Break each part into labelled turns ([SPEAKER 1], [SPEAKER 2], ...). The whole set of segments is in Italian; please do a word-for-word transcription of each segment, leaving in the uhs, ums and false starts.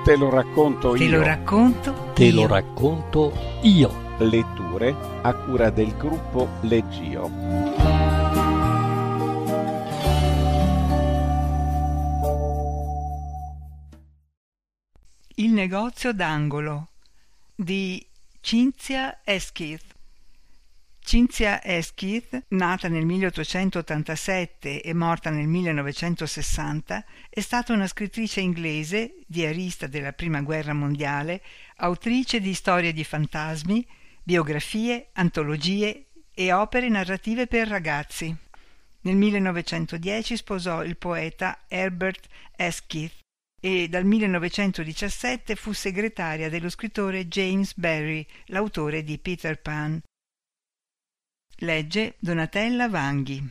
[SPEAKER 1] Te lo racconto
[SPEAKER 2] Te
[SPEAKER 1] io.
[SPEAKER 2] lo racconto
[SPEAKER 3] Te
[SPEAKER 2] io.
[SPEAKER 3] lo racconto io.
[SPEAKER 1] Letture a cura del gruppo Leggio.
[SPEAKER 2] Il negozio d'angolo di Cynthia Esquith. Cynthia Esquith, nata nel milleottocentottantasette e morta nel millenovecentosessanta, è stata una scrittrice inglese, diarista della Prima Guerra Mondiale, autrice di storie di fantasmi, biografie, antologie e opere narrative per ragazzi. Nel millenovecentodieci sposò il poeta Herbert Asquith e dal millenovecentodiciassette fu segretaria dello scrittore James Barrie, l'autore di Peter Pan. Legge Donatella Vanghi.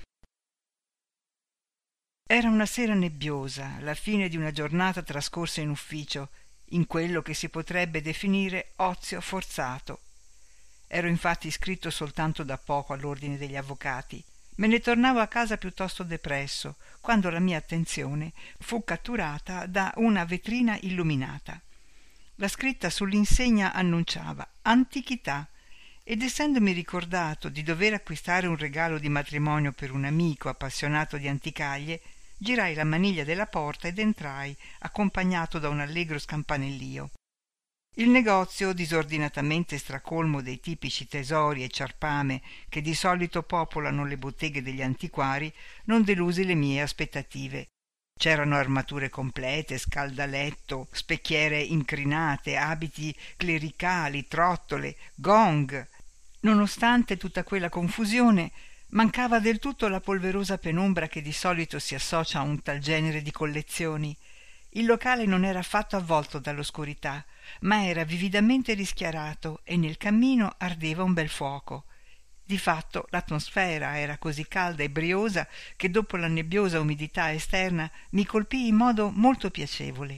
[SPEAKER 2] Era una sera nebbiosa, la fine di una giornata trascorsa in ufficio, in quello che si potrebbe definire ozio forzato. Ero infatti iscritto soltanto da poco all'ordine degli avvocati. Me ne tornavo a casa piuttosto depresso, quando la mia attenzione fu catturata da una vetrina illuminata. La scritta sull'insegna annunciava Antichità, ed essendomi ricordato di dover acquistare un regalo di matrimonio per un amico appassionato di anticaglie, girai la maniglia della porta ed entrai, accompagnato da un allegro scampanellio. Il negozio, disordinatamente stracolmo dei tipici tesori e ciarpame che di solito popolano le botteghe degli antiquari, non deluse le mie aspettative. C'erano armature complete, scaldaletto, specchiere incrinate, abiti clericali, trottole, gong. Nonostante tutta quella confusione, mancava del tutto la polverosa penombra che di solito si associa a un tal genere di collezioni. Il locale non era affatto avvolto dall'oscurità, ma era vividamente rischiarato e nel cammino ardeva un bel fuoco. Di fatto l'atmosfera era così calda e briosa che dopo la nebbiosa umidità esterna mi colpì in modo molto piacevole.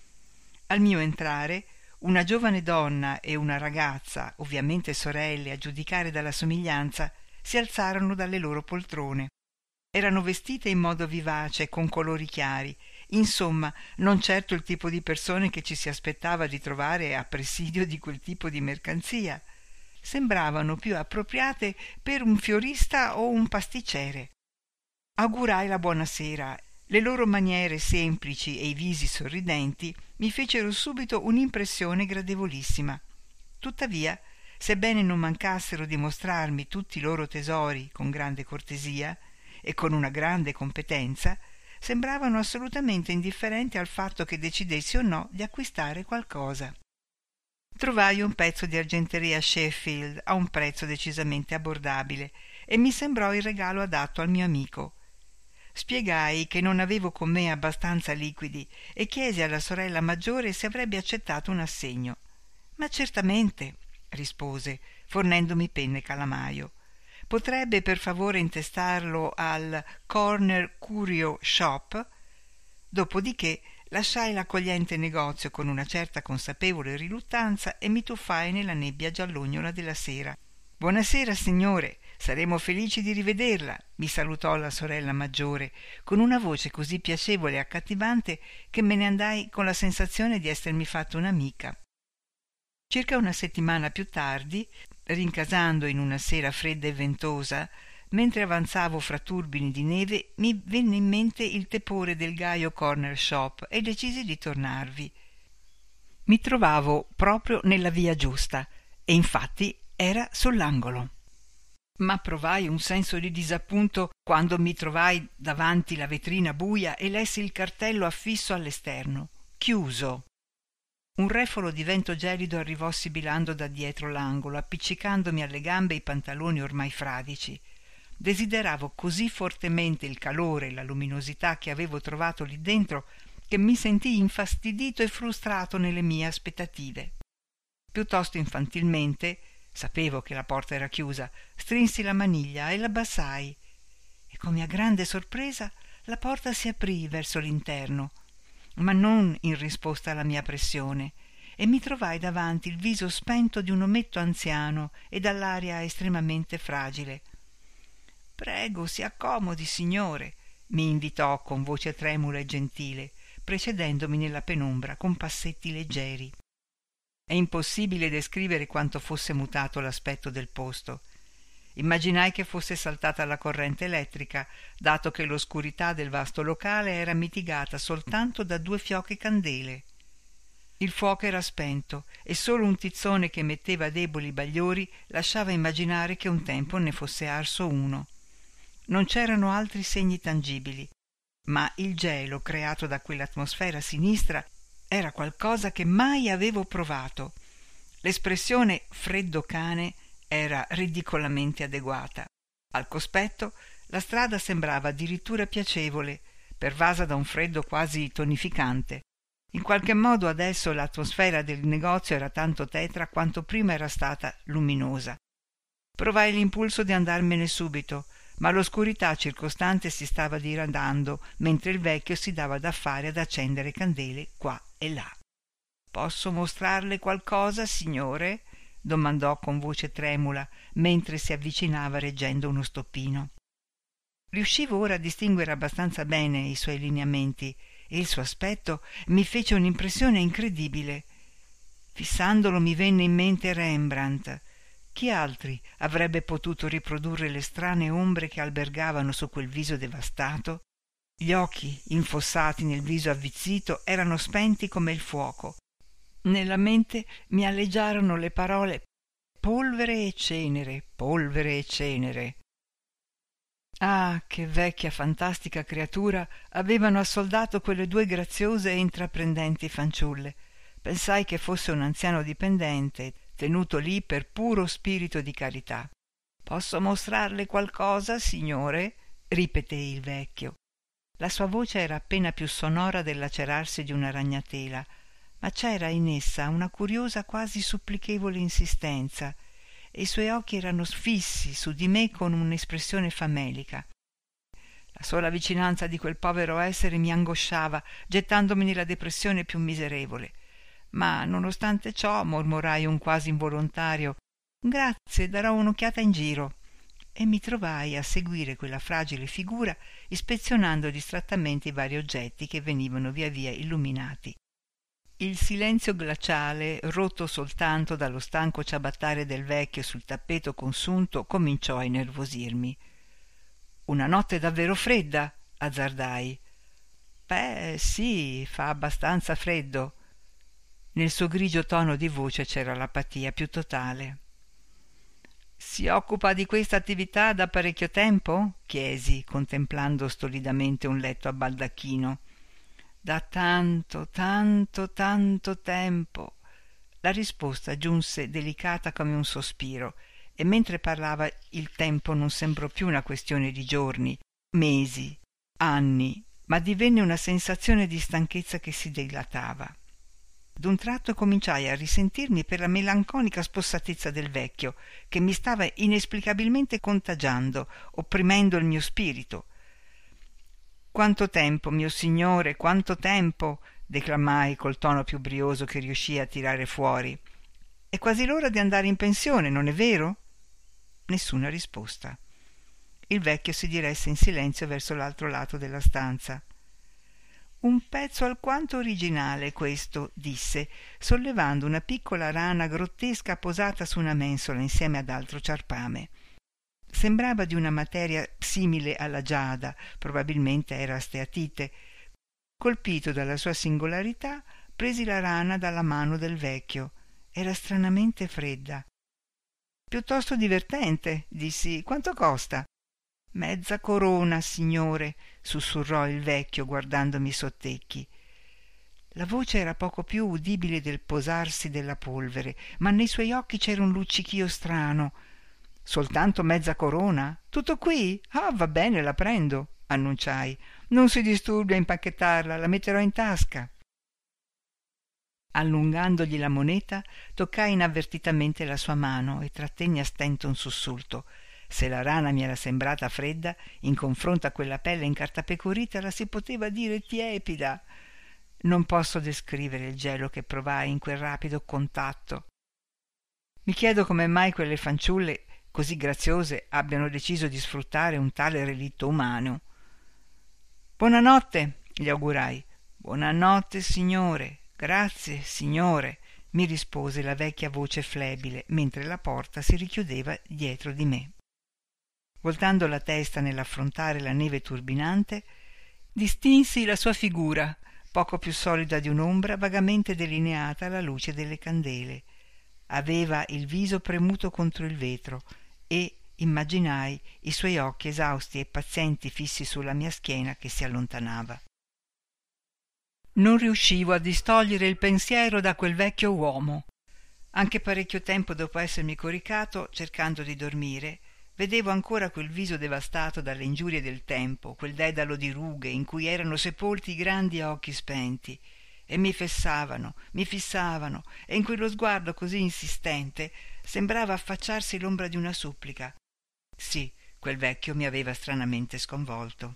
[SPEAKER 2] Al mio entrare, una giovane donna e una ragazza, ovviamente sorelle a giudicare dalla somiglianza, si alzarono dalle loro poltrone. Erano vestite in modo vivace, con colori chiari, insomma, non certo il tipo di persone che ci si aspettava di trovare a presidio di quel tipo di mercanzia. Sembravano più appropriate per un fiorista o un pasticcere. Augurai la buonasera. Le loro maniere semplici e i visi sorridenti mi fecero subito un'impressione gradevolissima. Tuttavia, sebbene non mancassero di mostrarmi tutti i loro tesori con grande cortesia e con una grande competenza, sembravano assolutamente indifferenti al fatto che decidessi o no di acquistare qualcosa. Trovai un pezzo di argenteria Sheffield a un prezzo decisamente abbordabile e mi sembrò il regalo adatto al mio amico. Spiegai che non avevo con me abbastanza liquidi e chiesi alla sorella maggiore se avrebbe accettato un assegno. Ma certamente, rispose, fornendomi penna e calamaio. Potrebbe per favore intestarlo al Corner Curio Shop? Dopodiché lasciai l'accogliente negozio con una certa consapevole riluttanza e mi tuffai nella nebbia giallognola della sera. «Buonasera, signore, saremo felici di rivederla», mi salutò la sorella maggiore, con una voce così piacevole e accattivante che me ne andai con la sensazione di essermi fatta un'amica. Circa una settimana più tardi, rincasando in una sera fredda e ventosa, mentre avanzavo fra turbini di neve, mi venne in mente il tepore del Gaio Corner Shop e decisi di tornarvi. Mi trovavo proprio nella via giusta e infatti era sull'angolo. Ma provai un senso di disappunto quando mi trovai davanti la vetrina buia e lessi il cartello affisso all'esterno. Chiuso. Un refolo di vento gelido arrivò sibilando da dietro l'angolo, appiccicandomi alle gambe i pantaloni ormai fradici. Desideravo così fortemente il calore e la luminosità che avevo trovato lì dentro che mi sentii infastidito e frustrato nelle mie aspettative. Piuttosto infantilmente, sapevo che la porta era chiusa, strinsi la maniglia e l'abbassai e con mia grande sorpresa la porta si aprì verso l'interno, ma non in risposta alla mia pressione, e mi trovai davanti il viso spento di un ometto anziano e dall'aria estremamente fragile. «Prego, si accomodi, signore», mi invitò con voce tremula e gentile, precedendomi nella penombra con passetti leggeri. È impossibile descrivere quanto fosse mutato l'aspetto del posto. Immaginai che fosse saltata la corrente elettrica, dato che l'oscurità del vasto locale era mitigata soltanto da due fioche candele. Il fuoco era spento e solo un tizzone che emetteva deboli bagliori lasciava immaginare che un tempo ne fosse arso uno. Non c'erano altri segni tangibili, ma il gelo creato da quell'atmosfera sinistra era qualcosa che mai avevo provato. L'espressione freddo cane era ridicolamente adeguata. Al cospetto la strada sembrava addirittura piacevole, pervasa da un freddo quasi tonificante. In qualche modo adesso l'atmosfera del negozio era tanto tetra quanto prima era stata luminosa. Provai l'impulso di andarmene subito, ma l'oscurità circostante si stava diradando, mentre il vecchio si dava da fare ad accendere candele qua e là. «Posso mostrarle qualcosa, signore?» domandò con voce tremula, mentre si avvicinava reggendo uno stoppino. Riuscivo ora a distinguere abbastanza bene i suoi lineamenti e il suo aspetto mi fece un'impressione incredibile. Fissandolo mi venne in mente Rembrandt. Chi altri avrebbe potuto riprodurre le strane ombre che albergavano su quel viso devastato? Gli occhi, infossati nel viso avvizzito, erano spenti come il fuoco. Nella mente mi alleggiarono le parole polvere e cenere, polvere e cenere. Ah, che vecchia fantastica creatura avevano assoldato quelle due graziose e intraprendenti fanciulle. Pensai che fosse un anziano dipendente, tenuto lì per puro spirito di carità. «Posso mostrarle qualcosa, signore?» ripeté il vecchio. La sua voce era appena più sonora del lacerarsi di una ragnatela, ma c'era in essa una curiosa, quasi supplichevole insistenza, e i suoi occhi erano fissi su di me con un'espressione famelica. La sola vicinanza di quel povero essere mi angosciava, gettandomi nella depressione più miserevole. Ma nonostante ciò mormorai un quasi involontario «Grazie, darò un'occhiata in giro», e mi trovai a seguire quella fragile figura ispezionando distrattamente i vari oggetti che venivano via via illuminati. Il silenzio glaciale, rotto soltanto dallo stanco ciabattare del vecchio sul tappeto consunto, cominciò a innervosirmi. «Una notte davvero fredda?» azzardai. «Beh, sì, fa abbastanza freddo». Nel suo grigio tono di voce c'era l'apatia più totale. «Si occupa di questa attività da parecchio tempo?» chiesi, contemplando stolidamente un letto a baldacchino. «Da tanto, tanto, tanto tempo». La risposta giunse delicata come un sospiro, e mentre parlava il tempo non sembrò più una questione di giorni, mesi, anni, ma divenne una sensazione di stanchezza che si dilatava. D'un tratto cominciai a risentirmi per la melanconica spossatezza del vecchio, che mi stava inesplicabilmente contagiando, opprimendo il mio spirito. «Quanto tempo, mio signore, quanto tempo!» declamai col tono più brioso che riuscii a tirare fuori. «È quasi l'ora di andare in pensione, non è vero?» Nessuna risposta. Il vecchio si diresse in silenzio verso l'altro lato della stanza. «Un pezzo alquanto originale questo», disse, sollevando una piccola rana grottesca posata su una mensola insieme ad altro ciarpame. Sembrava di una materia simile alla giada, probabilmente era steatite. Colpito dalla sua singolarità, presi la rana dalla mano del vecchio. Era stranamente fredda. «Piuttosto divertente», dissi. «Quanto costa?» «Mezza corona, signore», sussurrò il vecchio guardandomi sottecchi. La voce era poco più udibile del posarsi della polvere, ma nei suoi occhi c'era un luccichio strano. «Soltanto mezza corona? Tutto qui? Ah, va bene, la prendo», annunciai. «Non si disturbi a impacchettarla, la metterò in tasca». Allungandogli la moneta, toccai inavvertitamente la sua mano e trattenni a stento un sussulto. Se la rana mi era sembrata fredda, in confronto a quella pelle incartapecorita la si poteva dire tiepida. Non posso descrivere il gelo che provai in quel rapido contatto. Mi chiedo come mai quelle fanciulle così graziose abbiano deciso di sfruttare un tale relitto umano. «Buonanotte», gli augurai. Buonanotte, signore. Grazie, signore, mi rispose la vecchia voce flebile, mentre la porta si richiudeva dietro di me. Voltando la testa nell'affrontare la neve turbinante, distinsi la sua figura, poco più solida di un'ombra vagamente delineata alla luce delle candele. Aveva il viso premuto contro il vetro e immaginai i suoi occhi esausti e pazienti fissi sulla mia schiena che si allontanava. Non riuscivo a distogliere il pensiero da quel vecchio uomo. Anche parecchio tempo dopo essermi coricato, cercando di dormire, vedevo ancora quel viso devastato dalle ingiurie del tempo, quel dedalo di rughe in cui erano sepolti i grandi occhi spenti, e mi fessavano, mi fissavano, e in quello sguardo così insistente sembrava affacciarsi l'ombra di una supplica. Sì, quel vecchio mi aveva stranamente sconvolto.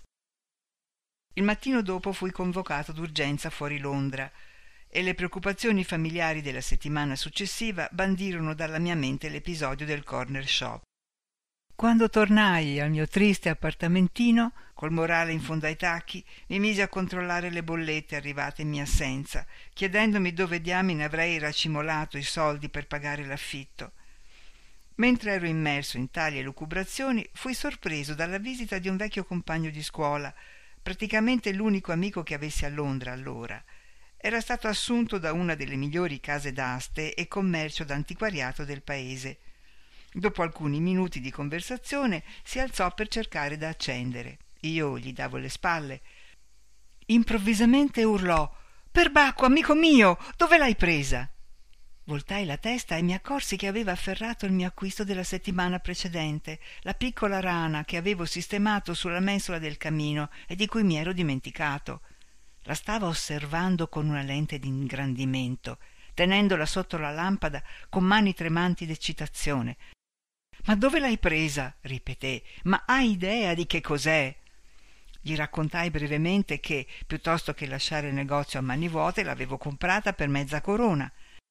[SPEAKER 2] Il mattino dopo fui convocato d'urgenza fuori Londra e le preoccupazioni familiari della settimana successiva bandirono dalla mia mente l'episodio del corner shop. Quando tornai al mio triste appartamentino, col morale in fondo ai tacchi, mi misi a controllare le bollette arrivate in mia assenza, chiedendomi dove diamine avrei racimolato i soldi per pagare l'affitto. Mentre ero immerso in tali elucubrazioni, fui sorpreso dalla visita di un vecchio compagno di scuola, praticamente l'unico amico che avessi a Londra allora. Era stato assunto da una delle migliori case d'aste e commercio d'antiquariato del paese. Dopo alcuni minuti di conversazione si alzò per cercare da accendere. Io gli davo le spalle. Improvvisamente urlò: «Perbacco, amico mio, dove l'hai presa?» Voltai la testa e mi accorsi che aveva afferrato il mio acquisto della settimana precedente, la piccola rana che avevo sistemato sulla mensola del camino e di cui mi ero dimenticato. La stava osservando con una lente di ingrandimento, tenendola sotto la lampada con mani tremanti d'eccitazione. «Ma dove l'hai presa?» ripeté. «Ma hai idea di che cos'è?» Gli raccontai brevemente che, piuttosto che lasciare il negozio a mani vuote, l'avevo comprata per mezza corona.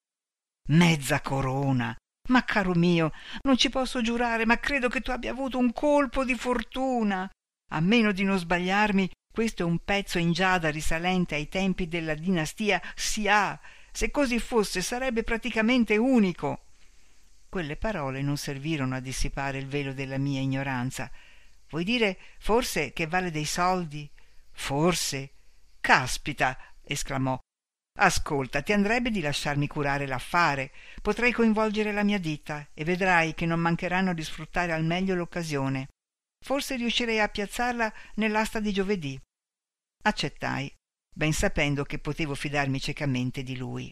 [SPEAKER 2] «Mezza corona? Ma caro mio, non ci posso giurare, ma credo che tu abbia avuto un colpo di fortuna. A meno di non sbagliarmi, questo è un pezzo in giada risalente ai tempi della dinastia Xia. Se così fosse, sarebbe praticamente unico». Quelle parole non servirono a dissipare il velo della mia ignoranza. «Vuoi dire, forse, che vale dei soldi?» «Forse?» «Caspita!» esclamò. «Ascolta, ti andrebbe di lasciarmi curare l'affare. Potrei coinvolgere la mia ditta e vedrai che non mancheranno di sfruttare al meglio l'occasione. Forse riuscirei a piazzarla nell'asta di giovedì». Accettai, ben sapendo che potevo fidarmi ciecamente di lui.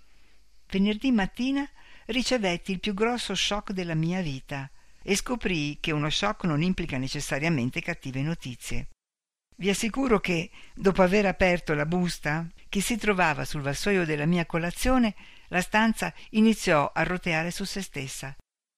[SPEAKER 2] Venerdì mattina ricevetti il più grosso shock della mia vita e scoprii che uno shock non implica necessariamente cattive notizie. Vi assicuro che, dopo aver aperto la busta che si trovava sul vassoio della mia colazione, la stanza iniziò a roteare su se stessa.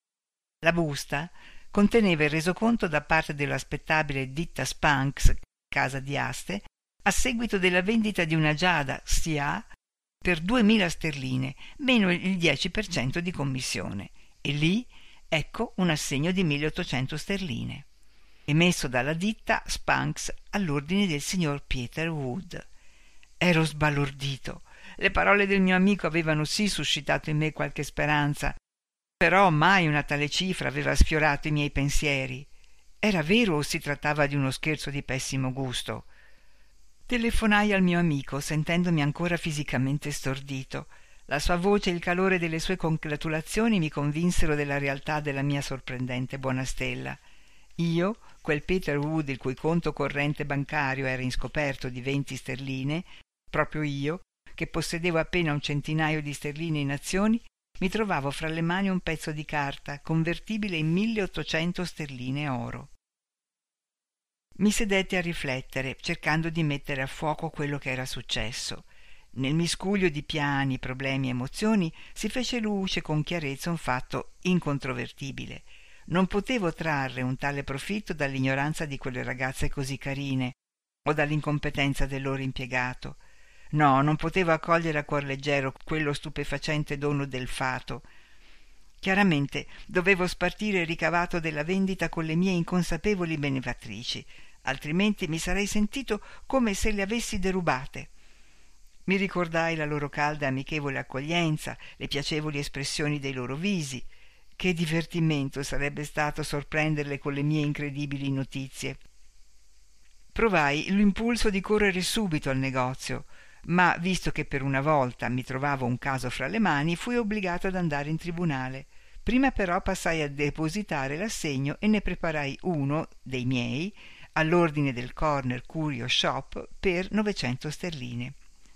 [SPEAKER 2] La busta conteneva il resoconto da parte dell'aspettabile ditta Spanks, casa di aste, a seguito della vendita di una giada Xia per duemila sterline, meno il dieci per cento di commissione, e lì ecco un assegno di milleottocento sterline, emesso dalla ditta Spanks all'ordine del signor Peter Wood. Ero sbalordito. Le parole del mio amico avevano sì suscitato in me qualche speranza, però mai una tale cifra aveva sfiorato i miei pensieri. Era vero o si trattava di uno scherzo di pessimo gusto? Telefonai al mio amico, sentendomi ancora fisicamente stordito. La sua voce e il calore delle sue congratulazioni mi convinsero della realtà della mia sorprendente buona stella. Io, quel Peter Wood il cui conto corrente bancario era in scoperto di venti sterline, proprio io, che possedevo appena un centinaio di sterline in azioni, mi trovavo fra le mani un pezzo di carta convertibile in milleottocento sterline oro. Mi sedetti a riflettere, cercando di mettere a fuoco quello che era successo. Nel miscuglio di piani, problemi e emozioni si fece luce con chiarezza un fatto incontrovertibile. Non potevo trarre un tale profitto dall'ignoranza di quelle ragazze così carine o dall'incompetenza del loro impiegato. No, non potevo accogliere a cuor leggero quello stupefacente dono del fato. Chiaramente dovevo spartire il ricavato della vendita con le mie inconsapevoli benefattrici, altrimenti mi sarei sentito come se le avessi derubate. Mi ricordai la loro calda e amichevole accoglienza, le piacevoli espressioni dei loro visi. Che divertimento sarebbe stato sorprenderle con le mie incredibili notizie. Provai l'impulso di correre subito al negozio, ma visto che per una volta mi trovavo un caso fra le mani, fui obbligato ad andare in tribunale. Prima però passai a depositare l'assegno e ne preparai uno dei miei all'ordine del Corner Curio Shop per novecento sterline.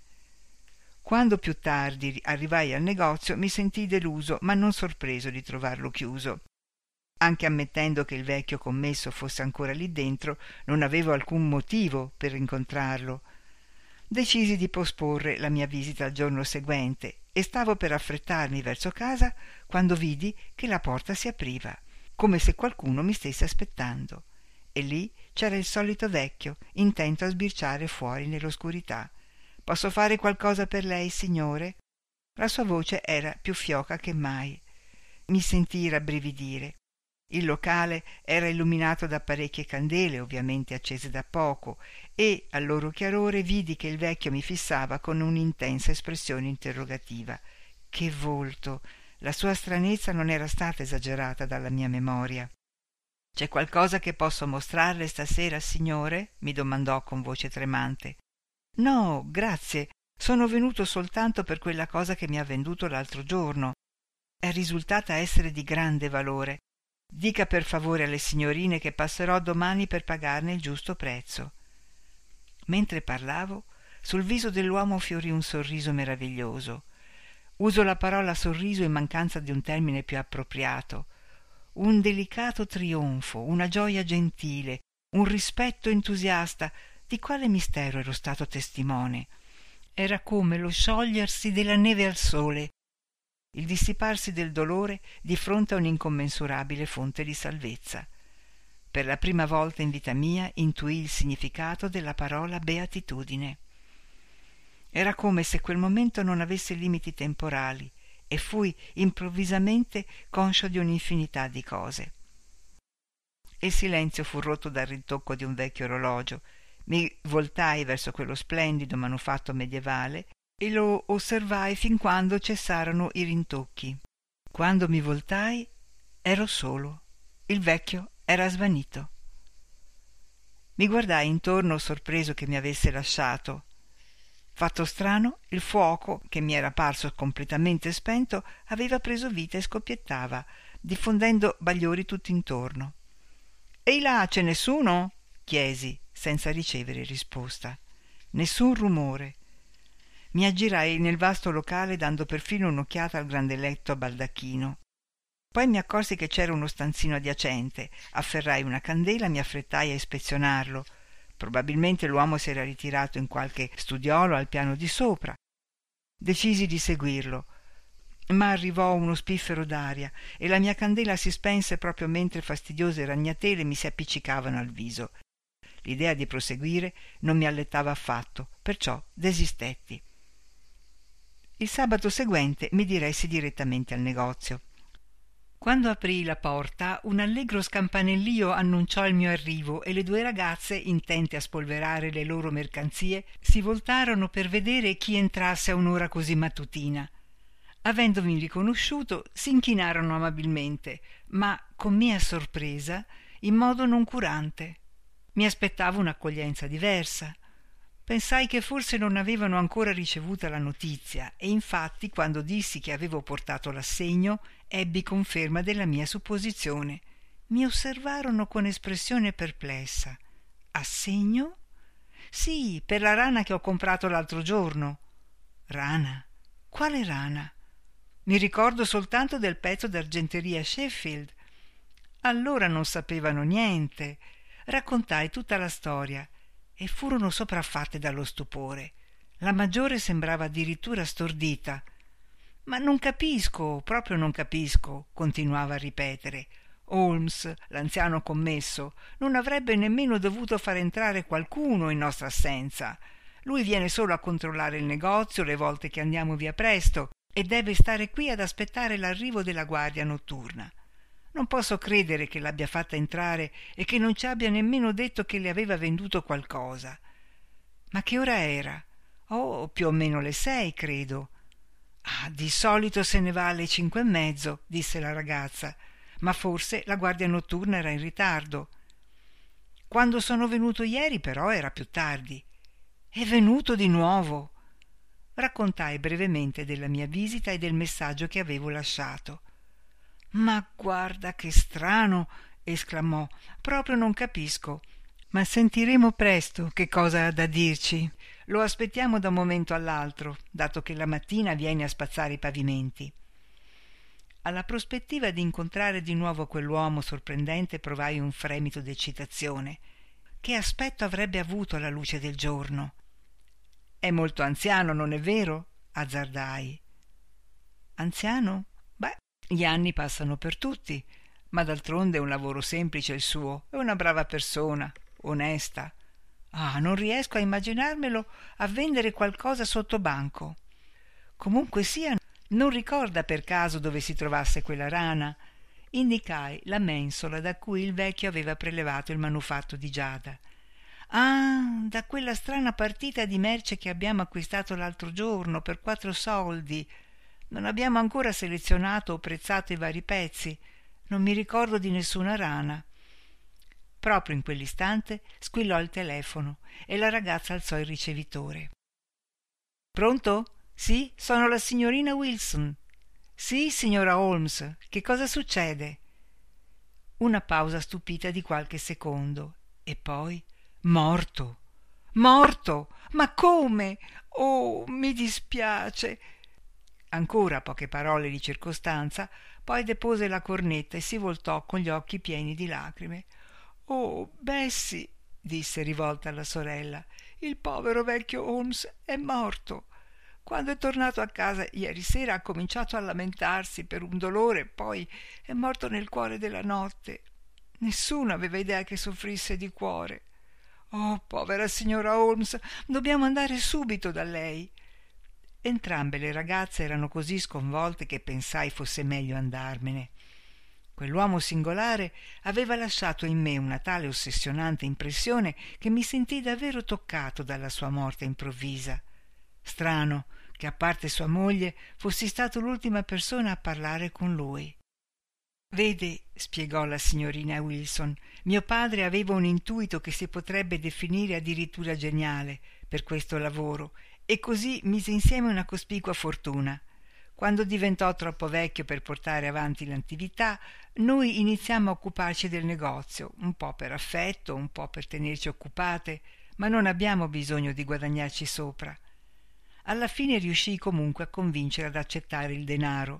[SPEAKER 2] Quando più tardi arrivai al negozio mi sentii deluso, ma non sorpreso di trovarlo chiuso. Anche ammettendo che il vecchio commesso fosse ancora lì dentro, non avevo alcun motivo per incontrarlo. Decisi di posporre la mia visita al giorno seguente e stavo per affrettarmi verso casa quando vidi che la porta si apriva, come se qualcuno mi stesse aspettando, e lì c'era il solito vecchio, intento a sbirciare fuori nell'oscurità. «Posso fare qualcosa per lei, signore?» La sua voce era più fioca che mai. Mi sentii rabbrividire. Il locale era illuminato da parecchie candele, ovviamente accese da poco, e al loro chiarore vidi che il vecchio mi fissava con un'intensa espressione interrogativa. Che volto! La sua stranezza non era stata esagerata dalla mia memoria. «C'è qualcosa che posso mostrarle stasera, signore?» mi domandò con voce tremante. «No, grazie. Sono venuto soltanto per quella cosa che mi ha venduto l'altro giorno. È risultata essere di grande valore. Dica per favore alle signorine che passerò domani per pagarne il giusto prezzo». Mentre parlavo, sul viso dell'uomo fiorì un sorriso meraviglioso. Uso la parola sorriso in mancanza di un termine più appropriato. Un delicato trionfo, una gioia gentile, un rispetto entusiasta. Di quale mistero ero stato testimone? Era come lo sciogliersi della neve al sole, il dissiparsi del dolore di fronte a un'incommensurabile fonte di salvezza. Per la prima volta in vita mia intuii il significato della parola beatitudine. Era come se quel momento non avesse limiti temporali e fui improvvisamente conscio di un'infinità di cose. Il silenzio fu rotto dal rintocco di un vecchio orologio. Mi voltai verso quello splendido manufatto medievale e lo osservai fin quando cessarono i rintocchi. Quando mi voltai ero solo. Il vecchio era svanito. Mi guardai intorno sorpreso che mi avesse lasciato. Fatto strano, il fuoco, che mi era parso completamente spento, aveva preso vita e scoppiettava, diffondendo bagliori tutt'intorno. «Ehi là, c'è nessuno?» chiesi, senza ricevere risposta. Nessun rumore. Mi aggirai nel vasto locale dando perfino un'occhiata al grande letto a baldacchino. Poi mi accorsi che c'era uno stanzino adiacente. Afferrai una candela e mi affrettai a ispezionarlo. Probabilmente l'uomo si era ritirato in qualche studiolo al piano di sopra. Decisi di seguirlo, ma arrivò uno spiffero d'aria e la mia candela si spense proprio mentre fastidiose ragnatele mi si appiccicavano al viso. L'idea di proseguire non mi allettava affatto, perciò desistetti. Il sabato seguente mi diressi direttamente al negozio. Quando aprii la porta, un allegro scampanellio annunciò il mio arrivo e le due ragazze, intente a spolverare le loro mercanzie, si voltarono per vedere chi entrasse a un'ora così mattutina. Avendomi riconosciuto, si inchinarono amabilmente, ma con mia sorpresa, in modo noncurante. Mi aspettavo un'accoglienza diversa. Pensai che forse non avevano ancora ricevuta la notizia e infatti quando dissi che avevo portato l'assegno ebbi conferma della mia supposizione. Mi osservarono con espressione perplessa. «Assegno?» «Sì, per la rana che ho comprato l'altro giorno». «Rana? Quale rana?» «Mi ricordo soltanto del pezzo d'argenteria Sheffield». Allora non sapevano niente. Raccontai tutta la storia e furono sopraffatte dallo stupore. La maggiore sembrava addirittura stordita. «Ma non capisco, proprio non capisco», continuava a ripetere. «Holmes, l'anziano commesso, non avrebbe nemmeno dovuto far entrare qualcuno in nostra assenza. Lui viene solo a controllare il negozio le volte che andiamo via presto e deve stare qui ad aspettare l'arrivo della guardia notturna. Non posso credere che l'abbia fatta entrare e che non ci abbia nemmeno detto che le aveva venduto qualcosa. Ma che ora era? Oh, più o meno le sei, credo. Ah, di solito se ne va alle cinque e mezzo, disse la ragazza, ma forse la guardia notturna era in ritardo. Quando sono venuto ieri, però, era più tardi. È venuto di nuovo. Raccontai brevemente della mia visita e del messaggio che avevo lasciato. Ma guarda che strano, esclamò, proprio non capisco. Ma sentiremo presto che cosa ha da dirci. Lo aspettiamo da un momento all'altro, dato che la mattina viene a spazzare i pavimenti. Alla prospettiva di incontrare di nuovo quell'uomo sorprendente provai un fremito d'eccitazione. Che aspetto avrebbe avuto alla luce del giorno? È molto anziano, non è vero? Azzardai. Anziano? Beh, gli anni passano per tutti, ma d'altronde è un lavoro semplice il suo, è una brava persona, onesta. Ah, non riesco a immaginarmelo a vendere qualcosa sotto banco. Comunque sia, non ricorda per caso dove si trovasse quella rana? Indicai la mensola da cui il vecchio aveva prelevato il manufatto di giada. Ah, da quella strana partita di merce che abbiamo acquistato l'altro giorno per quattro soldi. Non abbiamo ancora selezionato o prezzato i vari pezzi. Non mi ricordo di nessuna rana. Proprio in quell'istante squillò il telefono e la ragazza alzò il ricevitore. Pronto? Sì, sono la signorina Wilson. Sì, signora Holmes, che cosa succede? Una pausa stupita di qualche secondo e poi morto. Morto? Ma come? Oh, mi dispiace. Ancora poche parole di circostanza, poi depose la cornetta e si voltò con gli occhi pieni di lacrime. Oh, Bessie, disse rivolta alla sorella, il povero vecchio Holmes è morto. Quando è tornato a casa ieri sera ha cominciato a lamentarsi per un dolore, poi è morto nel cuore della notte. Nessuno aveva idea che soffrisse di cuore. Oh, povera signora Holmes, dobbiamo andare subito da lei. Entrambe le ragazze erano così sconvolte che pensai fosse meglio andarmene. Quell'uomo singolare aveva lasciato in me una tale ossessionante impressione che mi sentii davvero toccato dalla sua morte improvvisa. Strano che, a parte sua moglie, fossi stato l'ultima persona a parlare con lui. Vede, spiegò la signorina Wilson, mio padre aveva un intuito che si potrebbe definire addirittura geniale per questo lavoro e così mise insieme una cospicua fortuna. Quando diventò troppo vecchio per portare avanti l'attività, noi iniziammo a occuparci del negozio, un po' per affetto, un po' per tenerci occupate, ma non abbiamo bisogno di guadagnarci sopra. Alla fine riuscii comunque a convincere ad accettare il denaro.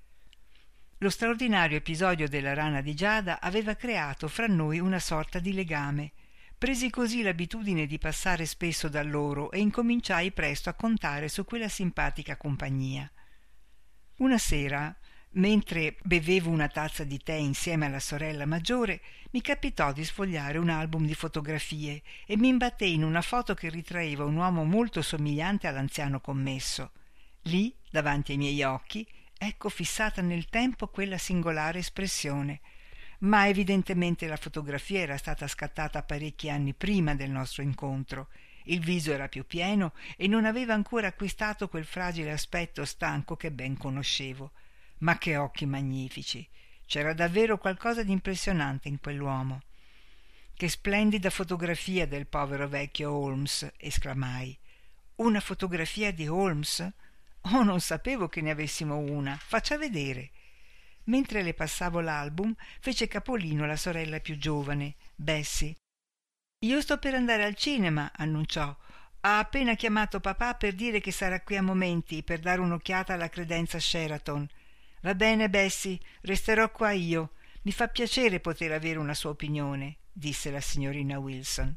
[SPEAKER 2] Lo straordinario episodio della rana di giada aveva creato fra noi una sorta di legame. Presi così l'abitudine di passare spesso da loro e incominciai presto a contare su quella simpatica compagnia. Una sera, mentre bevevo una tazza di tè insieme alla sorella maggiore, mi capitò di sfogliare un album di fotografie e mi imbattei in una foto che ritraeva un uomo molto somigliante all'anziano commesso. Lì, davanti ai miei occhi, ecco fissata nel tempo quella singolare espressione. Ma evidentemente la fotografia era stata scattata parecchi anni prima del nostro incontro. Il viso era più pieno e non aveva ancora acquistato quel fragile aspetto stanco che ben conoscevo. Ma che occhi magnifici! C'era davvero qualcosa di impressionante in quell'uomo. Che splendida fotografia del povero vecchio Holmes! Esclamai. Una fotografia di Holmes? Oh, non sapevo che ne avessimo una. Faccia vedere. Mentre le passavo l'album, fece capolino la sorella più giovane, Bessie. Io sto per andare al cinema, annunciò. Ha appena chiamato papà per dire che sarà qui a momenti per dare un'occhiata alla credenza Sheraton. Va bene, Bessie, resterò qua io. Mi fa piacere poter avere una sua opinione, disse la signorina Wilson.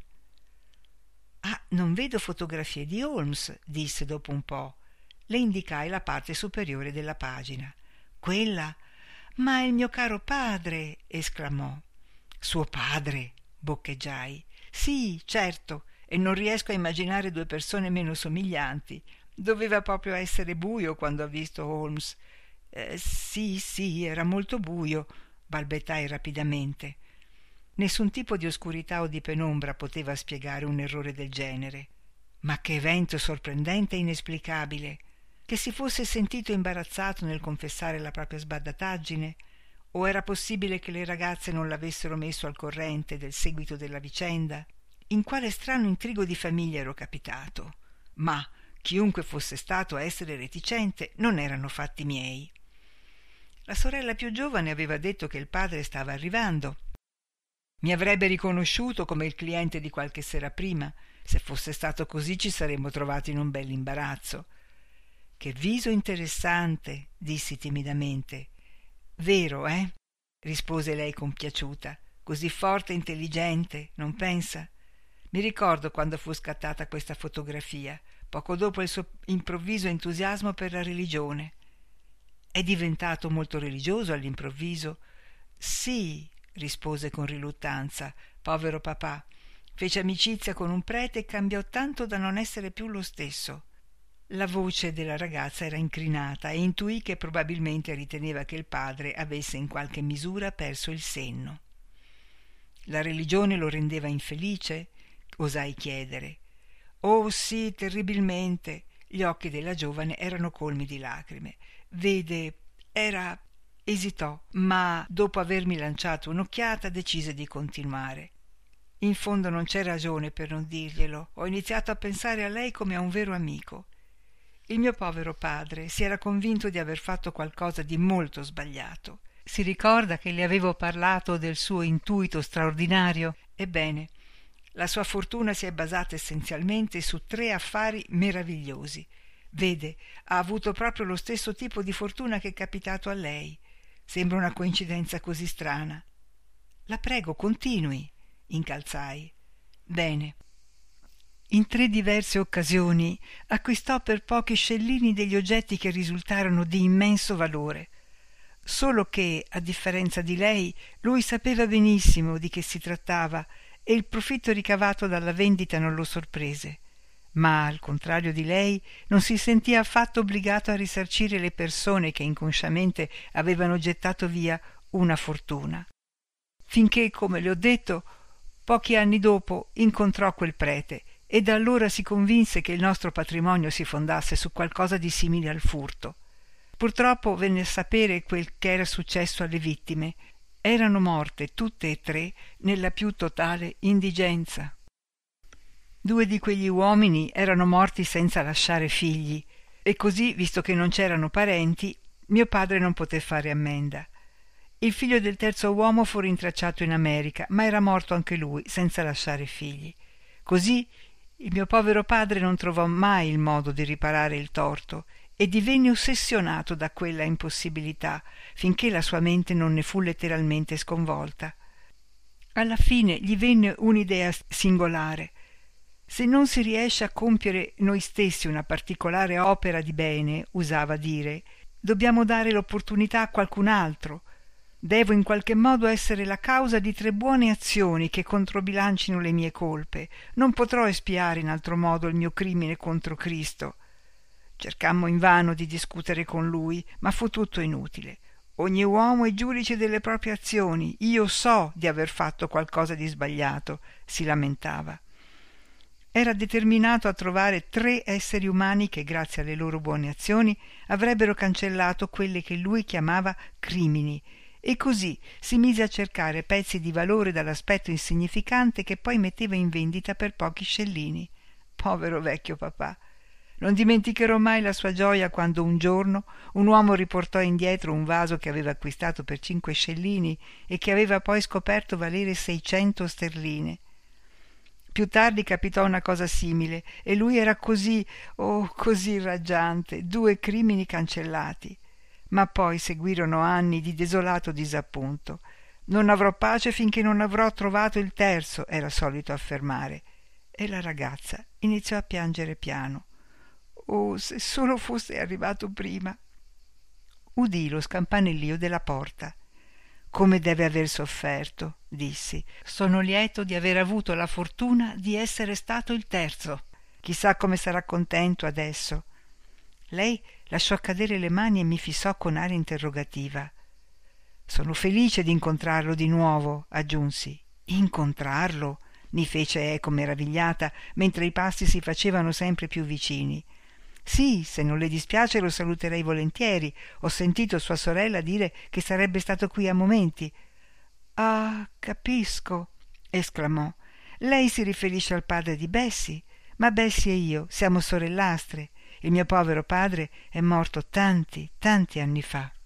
[SPEAKER 2] Ah, non vedo fotografie di Holmes, disse dopo un po'. Le indicai la parte superiore della pagina. Quella? Ma è il mio caro padre, esclamò. Suo padre, boccheggiai. Sì, certo, e non riesco a immaginare due persone meno somiglianti. Doveva proprio essere buio quando ha visto Holmes. Eh, sì, sì, era molto buio, balbettai rapidamente. Nessun tipo di oscurità o di penombra poteva spiegare un errore del genere. Ma che evento sorprendente e inesplicabile! Che si fosse sentito imbarazzato nel confessare la propria sbadataggine? O era possibile che le ragazze non l'avessero messo al corrente del seguito della vicenda? In quale strano intrigo di famiglia ero capitato? Ma chiunque fosse stato a essere reticente, non erano fatti miei. La sorella più giovane aveva detto che il padre stava arrivando. Mi avrebbe riconosciuto come il cliente di qualche sera prima. Se fosse stato così ci saremmo trovati in un bell'imbarazzo. Che viso interessante, dissi timidamente. Vero, eh? Rispose lei compiaciuta. Così forte e intelligente, non pensa? Mi ricordo quando fu scattata questa fotografia, poco dopo il suo improvviso entusiasmo per la religione. È diventato molto religioso all'improvviso? Sì, rispose con riluttanza. Povero papà. Fece amicizia con un prete e cambiò tanto da non essere più lo stesso. La voce della ragazza era incrinata e intuì che probabilmente riteneva che il padre avesse in qualche misura perso il senno. La religione lo rendeva infelice? Osai chiedere. Oh sì, terribilmente. Gli occhi della giovane erano colmi di lacrime. Vede, era... esitò, ma dopo avermi lanciato un'occhiata decise di continuare. In fondo non c'è ragione per non dirglielo. Ho iniziato a pensare a lei come a un vero amico. Il mio povero padre si era convinto di aver fatto qualcosa di molto sbagliato. Si ricorda che le avevo parlato del suo intuito straordinario? Ebbene, la sua fortuna si è basata essenzialmente su tre affari meravigliosi. Vede, ha avuto proprio lo stesso tipo di fortuna che è capitato a lei. Sembra una coincidenza così strana. La prego, continui, incalzai. Bene. In tre diverse occasioni acquistò per pochi scellini degli oggetti che risultarono di immenso valore. Solo che, a differenza di lei, lui sapeva benissimo di che si trattava e il profitto ricavato dalla vendita non lo sorprese. Ma, al contrario di lei, non si sentì affatto obbligato a risarcire le persone che inconsciamente avevano gettato via una fortuna. Finché, come le ho detto, pochi anni dopo incontrò quel prete e da allora si convinse che il nostro patrimonio si fondasse su qualcosa di simile al furto. Purtroppo venne a sapere quel che era successo alle vittime. Erano morte tutte e tre nella più totale indigenza. Due di quegli uomini erano morti senza lasciare figli e così, visto che non c'erano parenti, mio padre non poté fare ammenda. Il figlio del terzo uomo fu rintracciato in America, ma era morto anche lui senza lasciare figli. Così il mio povero padre non trovò mai il modo di riparare il torto e divenne ossessionato da quella impossibilità finché la sua mente non ne fu letteralmente sconvolta. Alla fine gli venne un'idea singolare. Se non si riesce a compiere noi stessi una particolare opera di bene, usava dire, dobbiamo dare l'opportunità a qualcun altro. Devo in qualche modo essere la causa di tre buone azioni che controbilancino le mie colpe. Non potrò espiare in altro modo il mio crimine contro Cristo. Cercammo invano di discutere con lui, ma fu tutto inutile. Ogni uomo è giudice delle proprie azioni. Io so di aver fatto qualcosa di sbagliato, si lamentava. Era determinato a trovare tre esseri umani che, grazie alle loro buone azioni, avrebbero cancellato quelle che lui chiamava crimini, e così si mise a cercare pezzi di valore dall'aspetto insignificante che poi metteva in vendita per pochi scellini. Povero vecchio papà! Non dimenticherò mai la sua gioia quando un giorno un uomo riportò indietro un vaso che aveva acquistato per cinque scellini e che aveva poi scoperto valere seicento sterline. Più tardi capitò una cosa simile e lui era così, oh, così raggiante, due crimini cancellati. Ma poi seguirono anni di desolato disappunto. Non avrò pace finché non avrò trovato il terzo, era solito affermare. E la ragazza iniziò a piangere piano. Oh, se solo fosse arrivato prima. Udì lo scampanellio della porta. Come deve aver sofferto, dissi. Sono lieto di aver avuto la fortuna di essere stato il terzo. Chissà come sarà contento adesso. Lei lasciò cadere le mani e mi fissò con aria interrogativa. Sono felice di incontrarlo di nuovo, aggiunsi. Incontrarlo? mi fece eco meravigliata, mentre i passi si facevano sempre più vicini. Sì, se non le dispiace lo saluterei volentieri. Ho sentito sua sorella dire che sarebbe stato qui a momenti. Ah, capisco, esclamò. Lei si riferisce al padre di Bessie, ma Bessie e io siamo sorellastre. Il mio povero padre è morto tanti, tanti anni fa.